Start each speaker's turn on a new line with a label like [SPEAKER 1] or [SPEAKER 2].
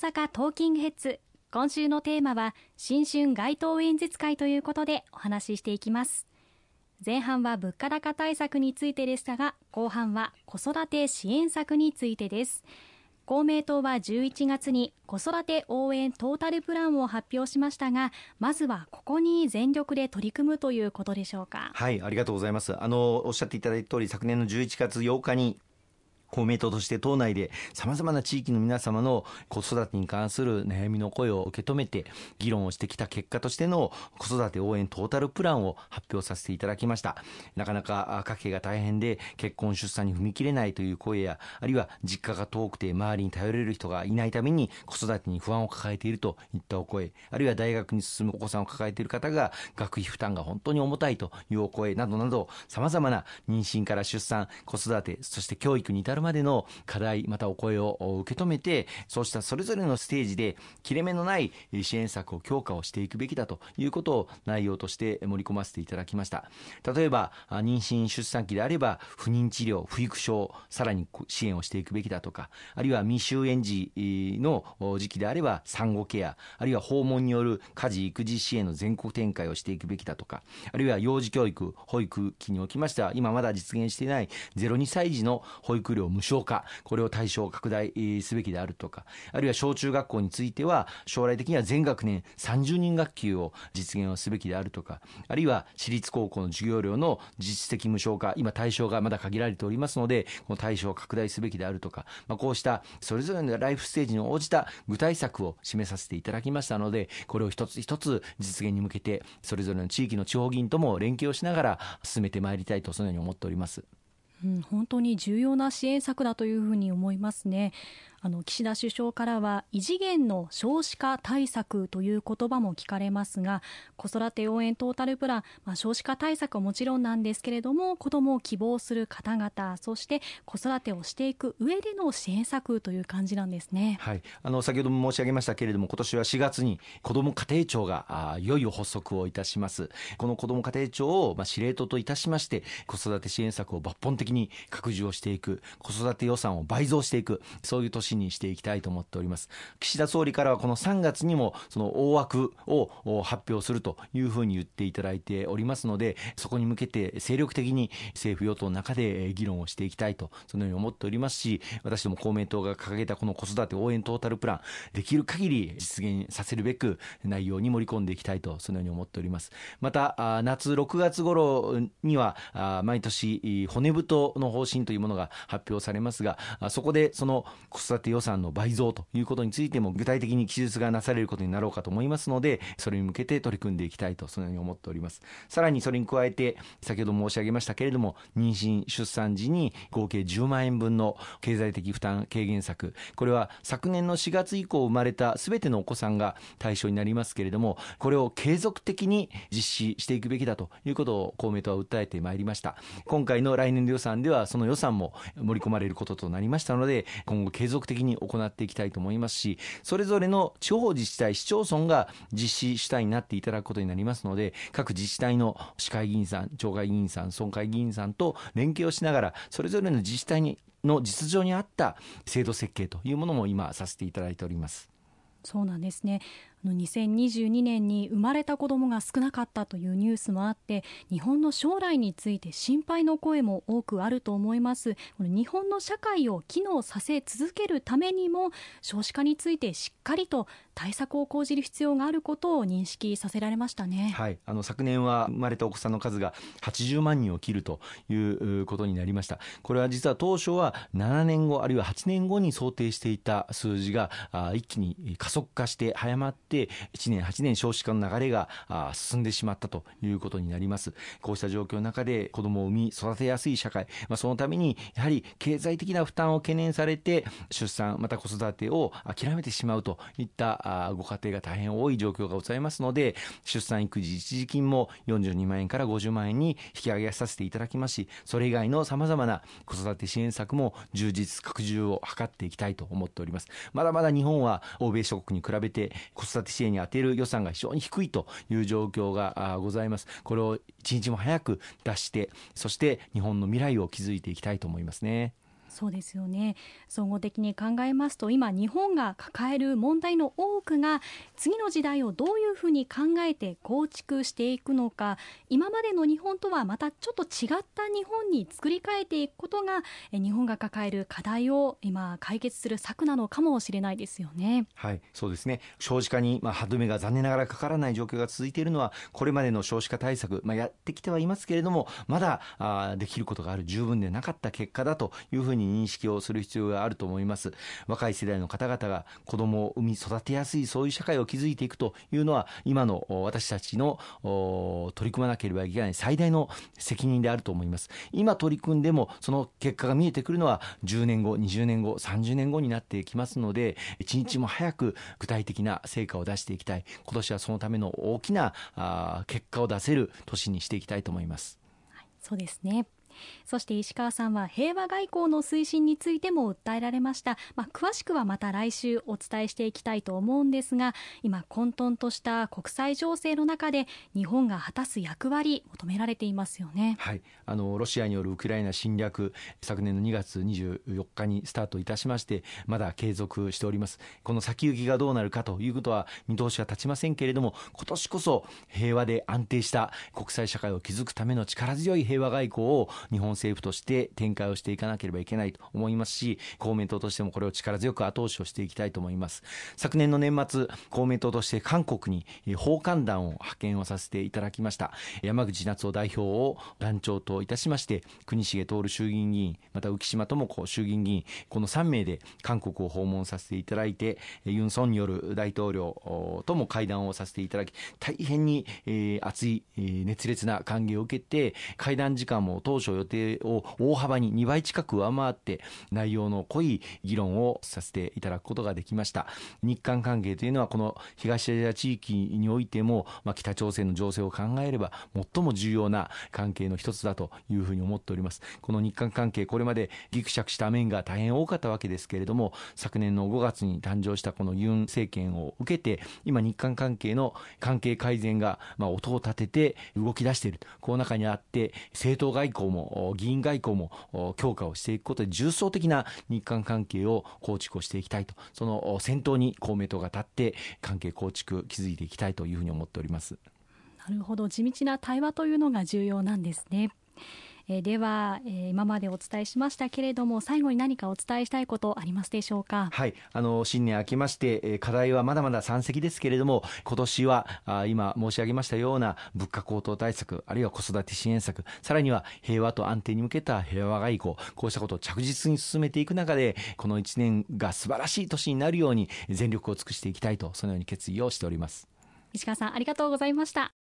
[SPEAKER 1] 阪トーキングヘッズ。今週のテーマは新春街頭演説会ということでお話ししていきます。前半は物価高対策についてでしたが、後半は子育て支援策についてです。公明党は11月に子育て応援トータルプランを発表しましたが、まずはここに全力で取り組むということでしょうか。
[SPEAKER 2] はい、ありがとうございます。おっしゃっていただいた通り、昨年の11月8日に公明党として党内でさまざまな地域の皆様の子育てに関する悩みの声を受け止めて議論をしてきた結果としての子育て応援トータルプランを発表させていただきました。なかなか家計が大変で結婚出産に踏み切れないという声や、あるいは実家が遠くて周りに頼れる人がいないために子育てに不安を抱えているといったお声、あるいは大学に進むお子さんを抱えている方が学費負担が本当に重たいというお声などなど、さまざまな妊娠から出産、子育て、そして教育に至るまでの課題、またお声を受け止めて、そうしたそれぞれのステージで切れ目のない支援策を強化をしていくべきだということを内容として盛り込ませていただきました。例えば妊娠出産期であれば不妊治療、不育症、さらに支援をしていくべきだとか、あるいは未就園児の時期であれば産後ケア、あるいは訪問による家事育児支援の全国展開をしていくべきだとか、あるいは幼児教育、保育期におきましては今まだ実現していない0-2歳児の保育料無償化、これを対象拡大すべきであるとか、あるいは小中学校については将来的には全学年30人学級を実現をすべきであるとか、あるいは私立高校の授業料の実質的無償化、今対象がまだ限られておりますので、この対象を拡大すべきであるとか、こうしたそれぞれのライフステージに応じた具体策を示させていただきましたので、これを一つ一つ実現に向けてそれぞれの地域の地方議員とも連携をしながら進めてまいりたいと、そのように思っております。
[SPEAKER 1] 本当に重要な支援策だというふうに思いますね。岸田首相からは異次元の少子化対策という言葉も聞かれますが、子育て応援トータルプラン、少子化対策はもちろんなんですけれども、子どもを希望する方々、そして子育てをしていく上での支援策という感じなんですね。
[SPEAKER 2] はい、先ほども申し上げましたけれども、今年は4月に子ども家庭庁がいよいよ発足をいたします。この子ども家庭庁を司令塔といたしまして、子育て支援策を抜本的に拡充をしていく、子育て予算を倍増していく、そういう年にしていきたいと思っております。岸田総理からはこの3月にもその大枠を発表するというふうに言っていただいておりますので、そこに向けて精力的に政府与党の中で議論をしていきたいと、そのように思っておりますし、私ども公明党が掲げたこの子育て応援トータルプラン、できる限り実現させるべく内容に盛り込んでいきたいと、そのように思っております。また夏6月頃には毎年骨太の方針というものが発表されますが、そこでその子育て予算の倍増ということについても具体的に記述がなされることになろうかと思いますので、それに向けて取り組んでいきたいと、そのように思っております。さらにそれに加えて先ほど申し上げましたけれども、妊娠出産時に合計10万円分の経済的負担軽減策、これは昨年の4月以降生まれたすべてのお子さんが対象になりますけれども、これを継続的に実施していくべきだということを公明党は訴えてまいりました。今回の来年度予算ではその予算も盛り込まれることとなりましたので、今後継続的に行っていきたいと思いますし、それぞれの地方自治体、市町村が実施主体になっていただくことになりますので、各自治体の市会議員さん、町会議員さん、村会議員さんと連携をしながら、それぞれの自治体の実情に合った制度設計というものも今させていただいております。
[SPEAKER 1] そうなんですね。2022年に生まれた子どもが少なかったというニュースもあって、日本の将来について心配の声も多くあると思います。この日本の社会を機能させ続けるためにも、少子化についてしっかりと対策を講じる必要があることを認識させられましたね。
[SPEAKER 2] はい、昨年は生まれたお子さんの数が80万人を切るということになりました。これは実は当初は7年後あるいは8年後に想定していた数字が一気に加速化して早まって、1年8年少子化の流れが進んでしまったということになります。こうした状況の中で子どもを産み育てやすい社会、そのためにやはり経済的な負担を懸念されて出産また子育てを諦めてしまうといったご家庭が大変多い状況がございますので、出産育児一時金も42万円から50万円に引き上げさせていただきますし、それ以外のさまざまな子育て支援策も充実拡充を図っていきたいと思っております。まだまだ日本は欧米諸国に比べて子育て支援に充てる予算が非常に低いという状況がございます。これを一日も早く脱して、そして日本の未来を築いていきたいと思いますね。
[SPEAKER 1] そうですよね。総合的に考えますと、今日本が抱える問題の多くが次の時代をどういうふうに考えて構築していくのか、今までの日本とはまたちょっと違った日本に作り変えていくことが日本が抱える課題を今解決する策なのかもしれないですよね。
[SPEAKER 2] はい、そうですね。少子化に歯止めが残念ながらかからない状況が続いているのは、これまでの少子化対策、やってきてはいますけれども、まだできることがある、十分でなかった結果だというふうに認識をする必要があると思います。若い世代の方々が子供を産み育てやすい、そういう社会を築いていくというのは、今の私たちの取り組まなければいけない最大の責任であると思います。今取り組んでもその結果が見えてくるのは10年後、20年後、30年後になってきますので、一日も早く具体的な成果を出していきたい。今年はそのための大きな結果を出せる年にしていきたいと思います。
[SPEAKER 1] はい、そうですね。そして石川さんは平和外交の推進についても訴えられました。詳しくはまた来週お伝えしていきたいと思うんですが、今混沌とした国際情勢の中で日本が果たす役割求められていますよね。
[SPEAKER 2] はい、ロシアによるウクライナ侵略、昨年の2月24日にスタートいたしまして、まだ継続しております。この先行きがどうなるかということは見通しは立ちませんけれども、今年こそ平和で安定した国際社会を築くための力強い平和外交を日本政府として展開をしていかなければいけないと思いますし、公明党としてもこれを力強く後押しをしていきたいと思います。昨年の年末、公明党として韓国に訪韓団を派遣をさせていただきました。山口夏夫代表を団長といたしまして、国重徹衆議院議員、また浮島智子衆議院議員、この3名で韓国を訪問させていただいて、ユン・ソンによる大統領とも会談をさせていただき、大変に熱い熱烈な歓迎を受けて、会談時間も当初予定を大幅に2倍近く上回って、内容の濃い議論をさせていただくことができました。日韓関係というのはこの東アジア地域においても、北朝鮮の情勢を考えれば最も重要な関係の一つだというふうに思っております。この日韓関係、これまでギクシャクした面が大変多かったわけですけれども、昨年の5月に誕生したこのユン政権を受けて、今日韓関係の関係改善が音を立てて動き出していると。この中にあって、政党外交も議員外交も強化をしていくことで、重層的な日韓関係を構築をしていきたいと、その先頭に公明党が立って関係構築築いていきたいというふうに思っております。
[SPEAKER 1] なるほど、地道な対話というのが重要なんですね。では、今までお伝えしましたけれども、最後に何かお伝えしたいことありますでしょうか。
[SPEAKER 2] はい、新年明けまして、課題はまだまだ山積ですけれども、今年は今申し上げましたような物価高騰対策、あるいは子育て支援策、さらには平和と安定に向けた平和外交、こうしたことを着実に進めていく中で、この1年が素晴らしい年になるように全力を尽くしていきたいと、そのように決意をしております。
[SPEAKER 1] 石川さん、ありがとうございました。